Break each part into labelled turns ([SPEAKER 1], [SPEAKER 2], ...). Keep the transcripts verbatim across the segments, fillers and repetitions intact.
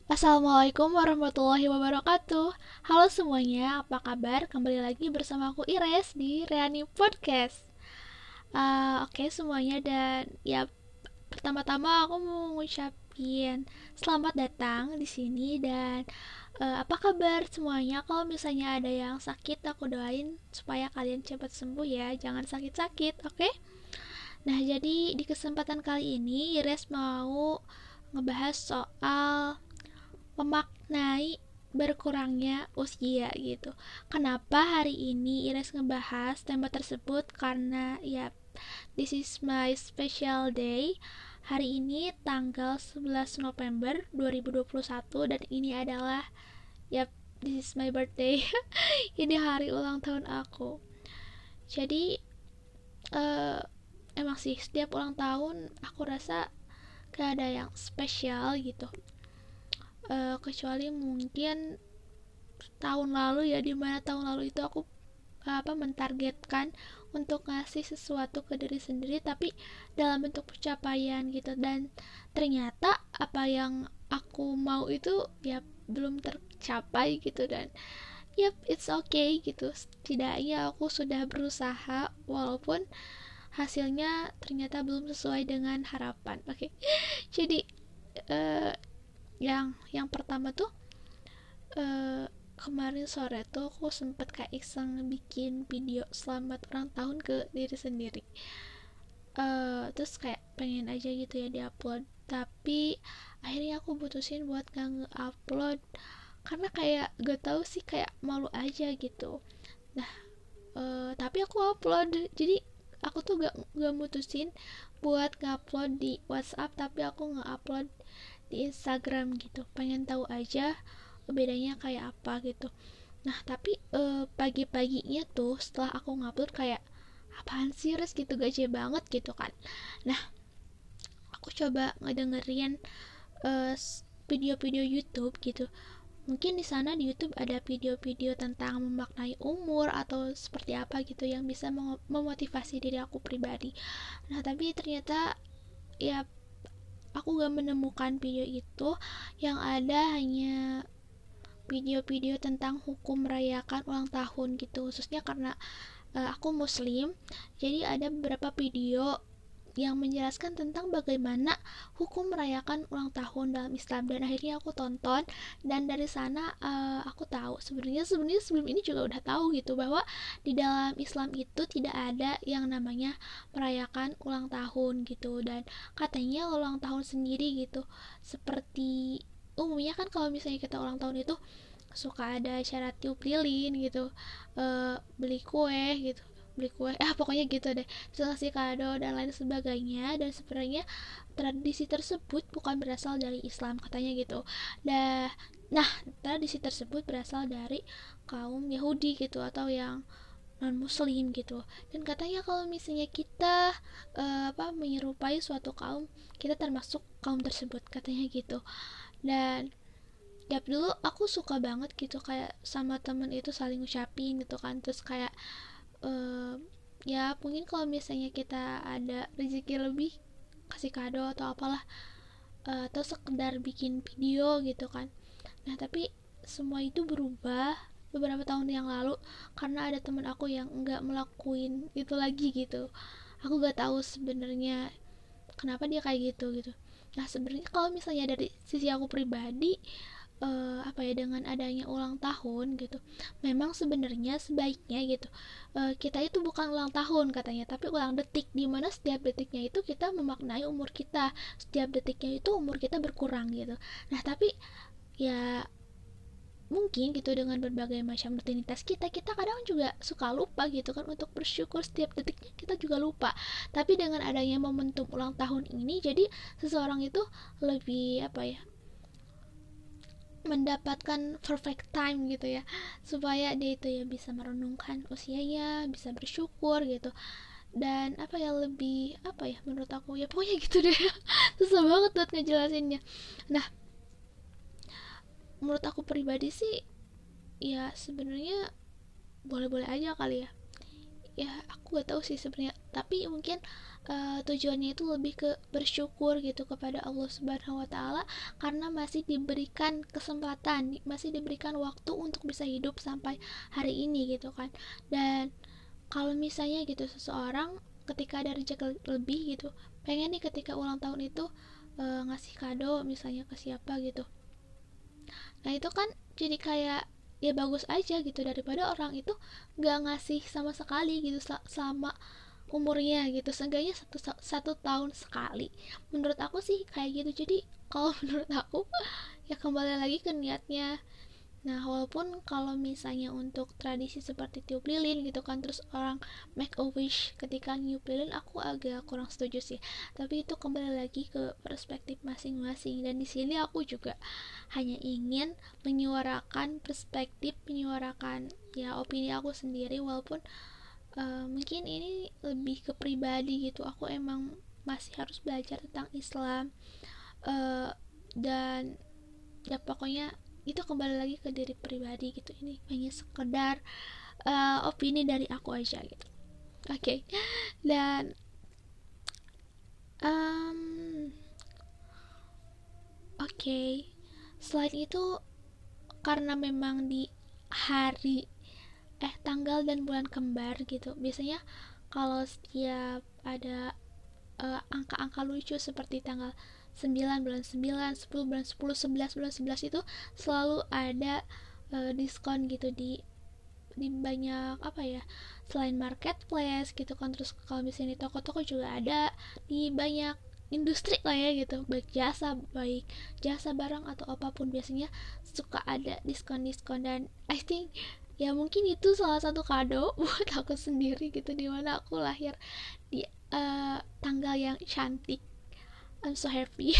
[SPEAKER 1] Assalamualaikum warahmatullahi wabarakatuh. Halo semuanya, apa kabar? Kembali lagi bersama aku Ires di Reani Podcast. Uh, Oke okay, semuanya, dan ya pertama-tama aku mau ngucapin selamat datang di sini. Dan uh, apa kabar semuanya? Kalau misalnya ada yang sakit, aku doain supaya kalian cepat sembuh ya. Jangan sakit-sakit, oke? Okay? Nah, jadi di kesempatan kali ini Ires mau ngebahas soal memaknai berkurangnya usia gitu. Kenapa hari ini Ires ngebahas tema tersebut? Karena ya, this is my special day. Hari ini tanggal sebelas November dua ribu dua puluh satu, dan ini adalah ya, this is my birthday. Ini hari ulang tahun aku. Jadi uh, emang sih setiap ulang tahun aku rasa gak ada yang spesial gitu. Uh, kecuali mungkin tahun lalu ya, dimana tahun lalu itu aku apa mentargetkan untuk ngasih sesuatu ke diri sendiri tapi dalam bentuk pencapaian gitu, dan ternyata apa yang aku mau itu ya belum tercapai gitu. Dan yep, it's okay gitu, setidaknya aku sudah berusaha walaupun hasilnya ternyata belum sesuai dengan harapan. Oke, okay. Jadi uh, yang yang pertama tuh, uh, kemarin sore tuh aku sempet kayak iseng bikin video selamat ulang tahun ke diri sendiri. Uh, terus kayak pengen aja gitu ya diupload, tapi akhirnya aku putusin buat gak nge-upload karena kayak gak tahu sih, kayak malu aja gitu. Nah, uh, tapi aku upload. Jadi aku tuh gak, gak mutusin buat nge-upload di WhatsApp, tapi aku nge-upload di Instagram gitu. Pengen tahu aja bedanya kayak apa gitu. Nah, tapi uh, pagi-paginya tuh setelah aku ngupload kayak apaan sih Res gitu, gaje banget gitu kan. Nah, aku coba ngedengerin uh, video-video YouTube gitu. Mungkin di sana di YouTube ada video-video tentang memaknai umur atau seperti apa gitu yang bisa memotivasi diri aku pribadi. Nah, tapi ternyata ya aku gak menemukan video itu. Yang ada hanya video-video tentang hukum merayakan ulang tahun gitu, khususnya karena uh, aku muslim. Jadi ada beberapa video yang menjelaskan tentang bagaimana hukum merayakan ulang tahun dalam Islam, dan akhirnya aku tonton. Dan dari sana uh, aku tahu sebenarnya sebenarnya sebelum ini juga udah tahu gitu, bahwa di dalam Islam itu tidak ada yang namanya merayakan ulang tahun gitu. Dan katanya ulang tahun sendiri gitu, seperti umumnya kan kalau misalnya kita ulang tahun itu suka ada acara tiup lilin gitu, uh, beli kue gitu, beli kue eh pokoknya gitu deh, terus ngasih kado dan lain sebagainya. Dan sebenarnya tradisi tersebut bukan berasal dari Islam katanya gitu. Dah, nah tradisi tersebut berasal dari kaum Yahudi gitu, atau yang non muslim gitu. Dan katanya kalau misalnya kita uh, apa menyerupai suatu kaum, kita termasuk kaum tersebut katanya gitu. Dan ya dulu aku suka banget gitu kayak sama temen itu saling ngucapin gitu kan. Terus kayak uh, ya mungkin kalau misalnya kita ada rezeki lebih, kasih kado atau apalah, uh, atau sekedar bikin video gitu kan. Nah, tapi semua itu berubah beberapa tahun yang lalu karena ada teman aku yang nggak melakuin itu lagi gitu. Aku gak tahu sebenarnya kenapa dia kayak gitu gitu. Nah, sebenarnya kalau misalnya dari sisi aku pribadi, uh, apa ya, dengan adanya ulang tahun gitu, memang sebenarnya sebaiknya gitu, uh, kita itu bukan ulang tahun katanya, tapi ulang detik, dimana setiap detiknya itu kita memaknai umur kita, setiap detiknya itu umur kita berkurang gitu. Nah, tapi ya mungkin gitu, dengan berbagai macam rutinitas kita kita kadang juga suka lupa gitu kan untuk bersyukur setiap detiknya, kita juga lupa. Tapi dengan adanya momentum ulang tahun ini, jadi seseorang itu lebih apa ya, mendapatkan perfect time gitu ya, supaya dia itu ya bisa merenungkan usianya, bisa bersyukur gitu. Dan apa ya, lebih apa ya, menurut aku ya pokoknya gitu deh. Susah banget buat ngejelasinnya. Nah, menurut aku pribadi sih ya sebenarnya boleh-boleh aja kali ya. ya aku gak tahu sih sebenarnya, tapi mungkin uh, tujuannya itu lebih ke bersyukur gitu kepada Allah Subhanahu Wa Taala karena masih diberikan kesempatan, masih diberikan waktu untuk bisa hidup sampai hari ini gitu kan. Dan kalau misalnya gitu seseorang ketika ada rezeki lebih gitu, pengen nih ketika ulang tahun itu uh, ngasih kado misalnya ke siapa gitu, nah itu kan jadi kayak ya bagus aja gitu daripada orang itu gak ngasih sama sekali gitu selama umurnya gitu, seenggaknya satu satu tahun sekali. Menurut aku sih kayak gitu. Jadi kalau menurut aku ya kembali lagi ke niatnya. Nah, walaupun kalau misalnya untuk tradisi seperti tiup lilin gitu kan, terus orang make a wish ketika niup lilin, aku agak kurang setuju sih. Tapi itu kembali lagi ke perspektif masing-masing. Dan di sini aku juga hanya ingin menyuarakan perspektif, menyuarakan ya opini aku sendiri, walaupun uh, mungkin ini lebih ke pribadi gitu. Aku emang masih harus belajar tentang Islam, uh, dan ya pokoknya itu kembali lagi ke diri pribadi gitu. Ini hanya sekedar uh, opini dari aku aja gitu. Oke, okay. Dan um, oke, okay. Selain itu karena memang di hari eh tanggal dan bulan kembar gitu, biasanya kalau setiap ada uh, angka-angka lucu seperti tanggal sembilan bulan sembilan, sepuluh bulan sepuluh, sebelas bulan sebelas itu selalu ada uh, diskon gitu di di banyak apa ya, selain marketplace gitu kan, terus kalau misalnya di toko-toko juga ada, di banyak industri lah ya gitu, baik jasa baik jasa barang atau apapun biasanya suka ada diskon-diskon. Dan I think ya mungkin itu salah satu kado buat aku sendiri gitu, dimana aku lahir di uh, tanggal yang cantik. I'm so happy.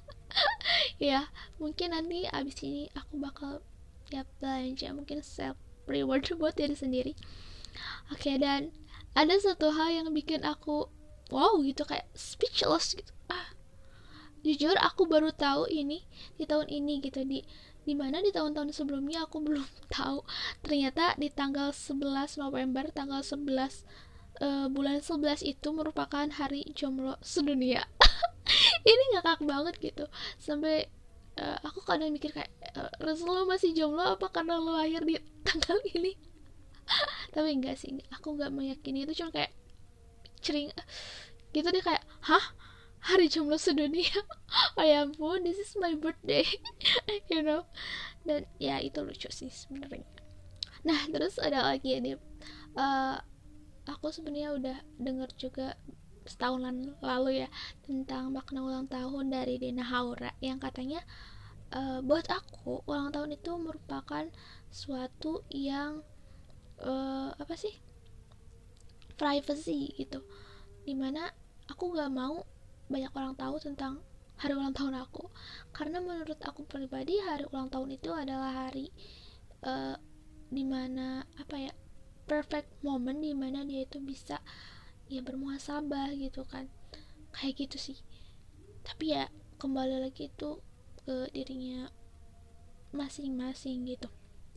[SPEAKER 1] Ya mungkin nanti abis ini aku bakal ya belanja mungkin self reward buat diri sendiri. Oke, okay, dan ada satu hal yang bikin aku wow gitu, kayak speechless gitu. Ah, jujur aku baru tahu ini di tahun ini gitu, di dimana di tahun-tahun sebelumnya aku belum tahu ternyata di tanggal sebelas November, tanggal sebelas uh, bulan sebelas itu merupakan hari jomblo sedunia. Ini ngakak banget gitu, sampai uh, aku kadang mikir kayak uh, Rasulullah masih jomblo apa karena lo lahir di tanggal ini. Tapi enggak sih, aku nggak meyakini itu, cuma kayak cering gitu deh, kayak hah, hari jomblo sedunia. Oh ya ampun, this is my birthday. You know. Dan ya itu lucu sih sebenarnya. Nah terus ada lagi ya nih, uh, aku sebenarnya udah denger juga setahunan lalu ya tentang makna ulang tahun dari Dena Haura yang katanya uh, buat aku ulang tahun itu merupakan suatu yang uh, apa sih, privacy gitu, dimana aku gak mau banyak orang tahu tentang hari ulang tahun aku, karena menurut aku pribadi hari ulang tahun itu adalah hari uh, dimana apa ya, perfect moment dimana dia itu bisa ya bermuhasabah gitu kan, kayak gitu sih. Tapi ya kembali lagi itu ke dirinya masing-masing gitu.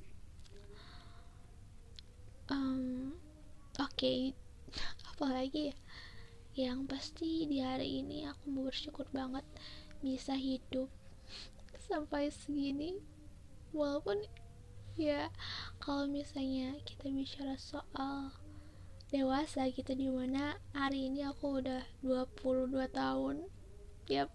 [SPEAKER 1] um, oke okay. Apalagi ya, yang pasti di hari ini aku mau bersyukur banget bisa hidup sampai segini, walaupun ya kalau misalnya kita bicara soal dewasa gitu, dimana hari ini aku udah dua puluh dua tahun. Yap.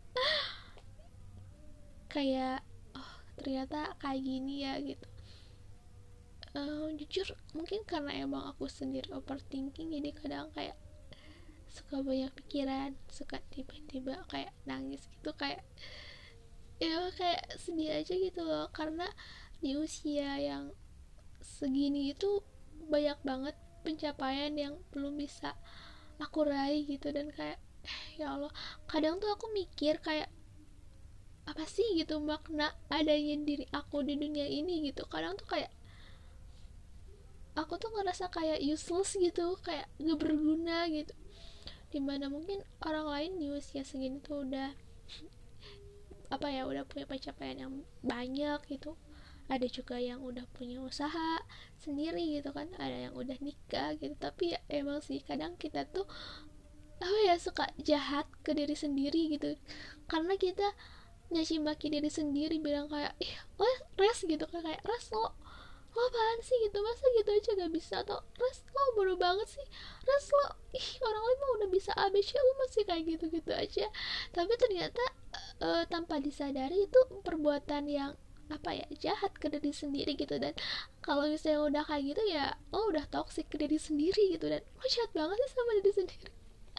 [SPEAKER 1] Kayak oh ternyata kayak gini ya gitu. Uh, jujur mungkin karena emang aku sendiri overthinking, jadi kadang kayak suka banyak pikiran, suka tiba-tiba kayak nangis gitu, kayak ya kayak sedih aja gitu loh, karena di usia yang segini itu banyak banget pencapaian yang belum bisa aku raih gitu. Dan kayak ya Allah, kadang tuh aku mikir kayak apa sih gitu makna adanya diri aku di dunia ini gitu. Kadang tuh kayak aku tuh ngerasa kayak useless gitu, kayak gak berguna gitu, dimana mungkin orang lain di usia segini tuh udah apa ya, udah punya pencapaian yang banyak gitu, ada juga yang udah punya usaha sendiri gitu kan, ada yang udah nikah gitu. Tapi ya emang sih kadang kita tuh apa ya, suka jahat ke diri sendiri gitu, karena kita nyaci maki diri sendiri, bilang kayak ih oh res gitu kan, kayak res lo lo apaan sih gitu, masa gitu aja gak bisa, atau res lo bodoh banget sih, res lo ih orang lain mah udah bisa A B C lo masih kayak gitu gitu aja. Tapi ternyata uh, tanpa disadari itu perbuatan yang apa ya, jahat ke diri sendiri gitu. Dan kalau misalnya udah kayak gitu ya lo udah toxic ke diri sendiri gitu, dan lo jahat banget sih sama diri sendiri.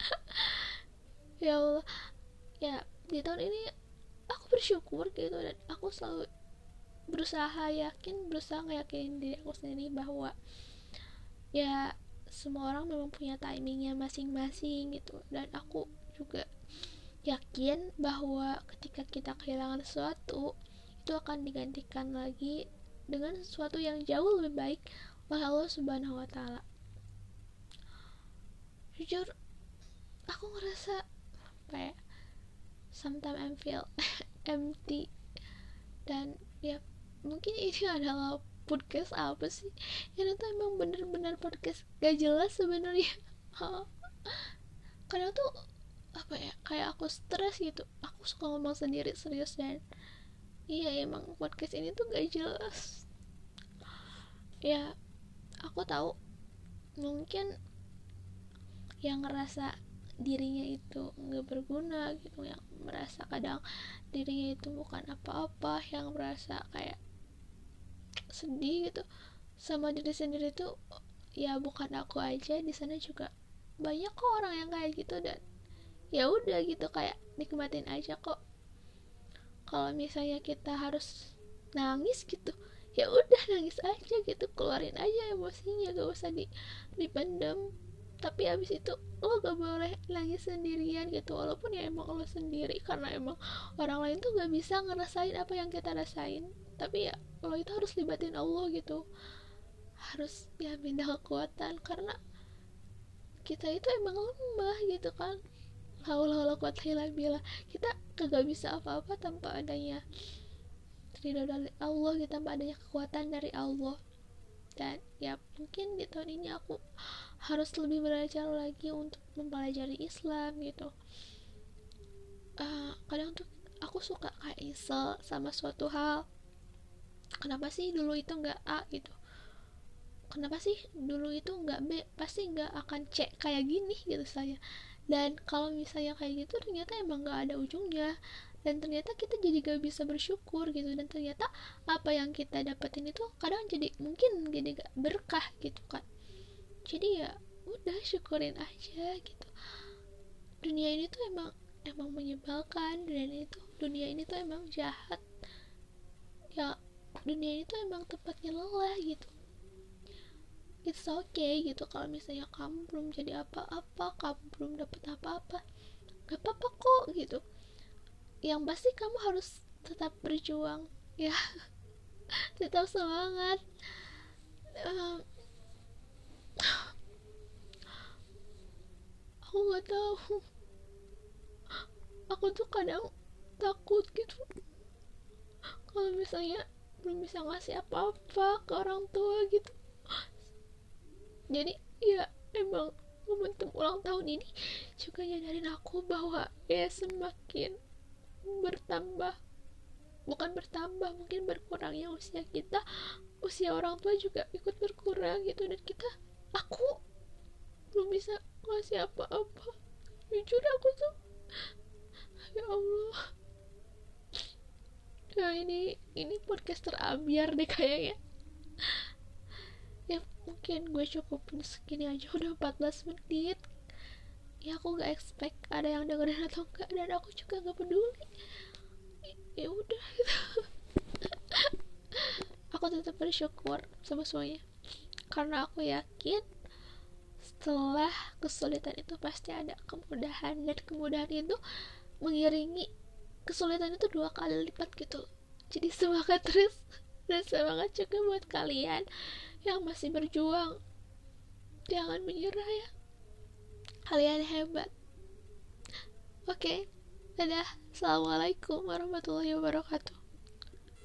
[SPEAKER 1] Ya Allah, ya di tahun ini aku bersyukur gitu, dan aku selalu berusaha yakin, berusaha ngeyakinin diri aku sendiri bahwa ya semua orang memang punya timingnya masing-masing gitu. Dan aku juga yakin bahwa ketika kita kehilangan sesuatu, itu akan digantikan lagi dengan sesuatu yang jauh lebih baik oleh Allah Subhanahu wa Ta'ala. Jujur, aku ngerasa apa ya, sometimes I feel empty. Dan ya mungkin ini adalah podcast apa sih, yang itu emang bener-bener podcast gak jelas sebenarnya. Kadang tuh apa ya, kayak aku stres gitu, aku suka ngomong sendiri serius. Dan iya emang podcast ini tuh gak jelas. Ya aku tahu mungkin yang ngerasa dirinya itu nggak berguna gitu, yang merasa kadang dirinya itu bukan apa-apa, yang merasa kayak sedih gitu sama diri sendiri tuh, ya bukan aku aja, di sana juga banyak kok orang yang kayak gitu. Dan ya udah gitu, kayak nikmatin aja kok. Kalau misalnya kita harus nangis gitu, ya udah nangis aja gitu, keluarin aja emosinya, gak usah di dipendam. Tapi abis itu lo gak boleh nangis sendirian gitu, walaupun ya emang lo sendiri, karena emang orang lain tuh gak bisa ngerasain apa yang kita rasain. Tapi ya lo itu harus libatin Allah gitu, harus ya minta kekuatan, karena kita itu emang lemah gitu kan. Haula wala quwata illa billah, kita kagak bisa apa-apa tanpa adanya ridho dari Allah gitu, tanpa adanya kekuatan dari Allah. Dan ya mungkin di tahun ini aku harus lebih belajar lagi untuk mempelajari Islam gitu. Uh, kadang tuh aku suka kayak isel sama suatu hal, kenapa sih dulu itu nggak A gitu, kenapa sih dulu itu nggak B, pasti nggak akan C kayak gini gitu saya. Dan kalau misalnya kayak gitu ternyata emang nggak ada ujungnya, dan ternyata kita jadi gak bisa bersyukur gitu. Dan ternyata apa yang kita dapetin itu kadang jadi mungkin jadi gak berkah gitu kan. Jadi ya udah syukurin aja gitu. Dunia ini tuh emang emang menyebalkan, dan itu dunia ini tuh emang jahat ya, dunia ini tuh emang tempatnya lelah gitu. It's okay gitu kalau misalnya kamu belum jadi apa-apa, kamu belum dapet apa-apa, gak apa-apa kok gitu. Yang pasti kamu harus tetap berjuang ya. Tetap semangat. um, aku nggak tahu, aku tuh kadang takut gitu kalau misalnya belum bisa ngasih apa-apa ke orang tua gitu. Jadi ya emang momentum ulang tahun ini juga nyadarin aku bahwa ya semakin bertambah, bukan bertambah, mungkin berkurangnya usia kita, usia orang tua juga ikut berkurang gitu. Dan kita, aku belum bisa ngasih apa-apa. Jujur aku tuh, ya Allah, ya ini ini podcast terambiar deh kayaknya. Ya mungkin gue cukupin segini aja, udah empat belas menit. Ya aku gak expect ada yang dengerin atau enggak, dan aku juga gak peduli. Ya udah gitu. Aku tetap bersyukur sama semuanya, karena aku yakin setelah kesulitan itu pasti ada kemudahan, dan kemudahan itu mengiringi kesulitan itu dua kali lipat gitu. Jadi semangat terus, dan semangat juga buat kalian yang masih berjuang, jangan menyerah ya, kalian hebat. Oke, dadah, assalamualaikum warahmatullahi wabarakatuh.